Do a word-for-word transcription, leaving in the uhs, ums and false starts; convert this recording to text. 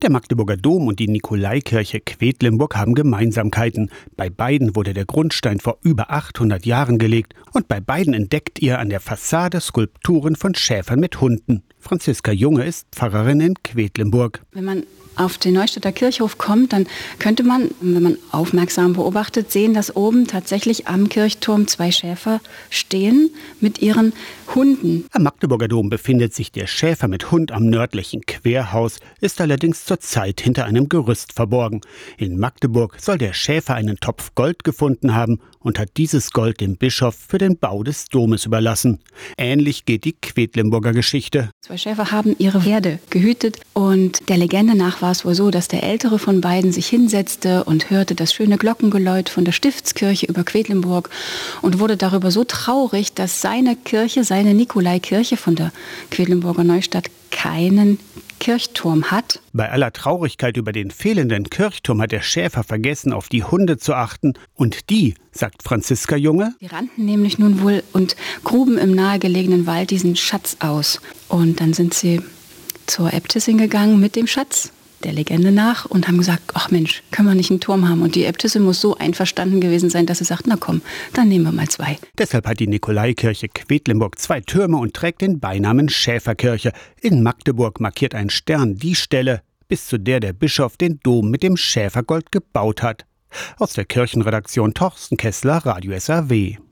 Der Magdeburger Dom und die Nikolaikirche Quedlinburg haben Gemeinsamkeiten. Bei beiden wurde der Grundstein vor über achthundert Jahren gelegt und bei beiden entdeckt ihr an der Fassade Skulpturen von Schäfern mit Hunden. Franziska Junge ist Pfarrerin in Quedlinburg. Wenn man auf den Neustädter Kirchhof kommt, dann könnte man, wenn man aufmerksam beobachtet, sehen, dass oben tatsächlich am Kirchturm zwei Schäfer stehen mit ihren Hunden. Am Magdeburger Dom befindet sich der Schäfer mit Hund am nördlichen Querhaus, ist allerdings zurzeit hinter einem Gerüst verborgen. In Magdeburg soll der Schäfer einen Topf Gold gefunden haben und hat dieses Gold dem Bischof für den Bau des Domes überlassen. Ähnlich geht die Quedlinburger Geschichte. Zwei Schäfer haben ihre Herde gehütet und der Legende nach war es wohl so, dass der ältere von beiden sich hinsetzte und hörte das schöne Glockengeläut von der Stiftskirche über Quedlinburg und wurde darüber so traurig, dass seine Kirche, seine Nikolaikirche von der Quedlinburger Neustadt keinen Kirchturm hat. Bei aller Traurigkeit über den fehlenden Kirchturm hat der Schäfer vergessen, auf die Hunde zu achten. Und die, sagt Franziska Junge, die rannten nämlich nun wohl und gruben im nahegelegenen Wald diesen Schatz aus. Und dann sind sie zur Äbtissin gegangen mit dem Schatz, der Legende nach, und haben gesagt, ach Mensch, können wir nicht einen Turm haben? Und die Äbtissin muss so einverstanden gewesen sein, dass sie sagt, na komm, dann nehmen wir mal zwei. Deshalb hat die Nikolaikirche Quedlinburg zwei Türme und trägt den Beinamen Schäferkirche. In Magdeburg markiert ein Stern die Stelle, bis zu der der Bischof den Dom mit dem Schäfergold gebaut hat. Aus der Kirchenredaktion Torsten Kessler, Radio S R W.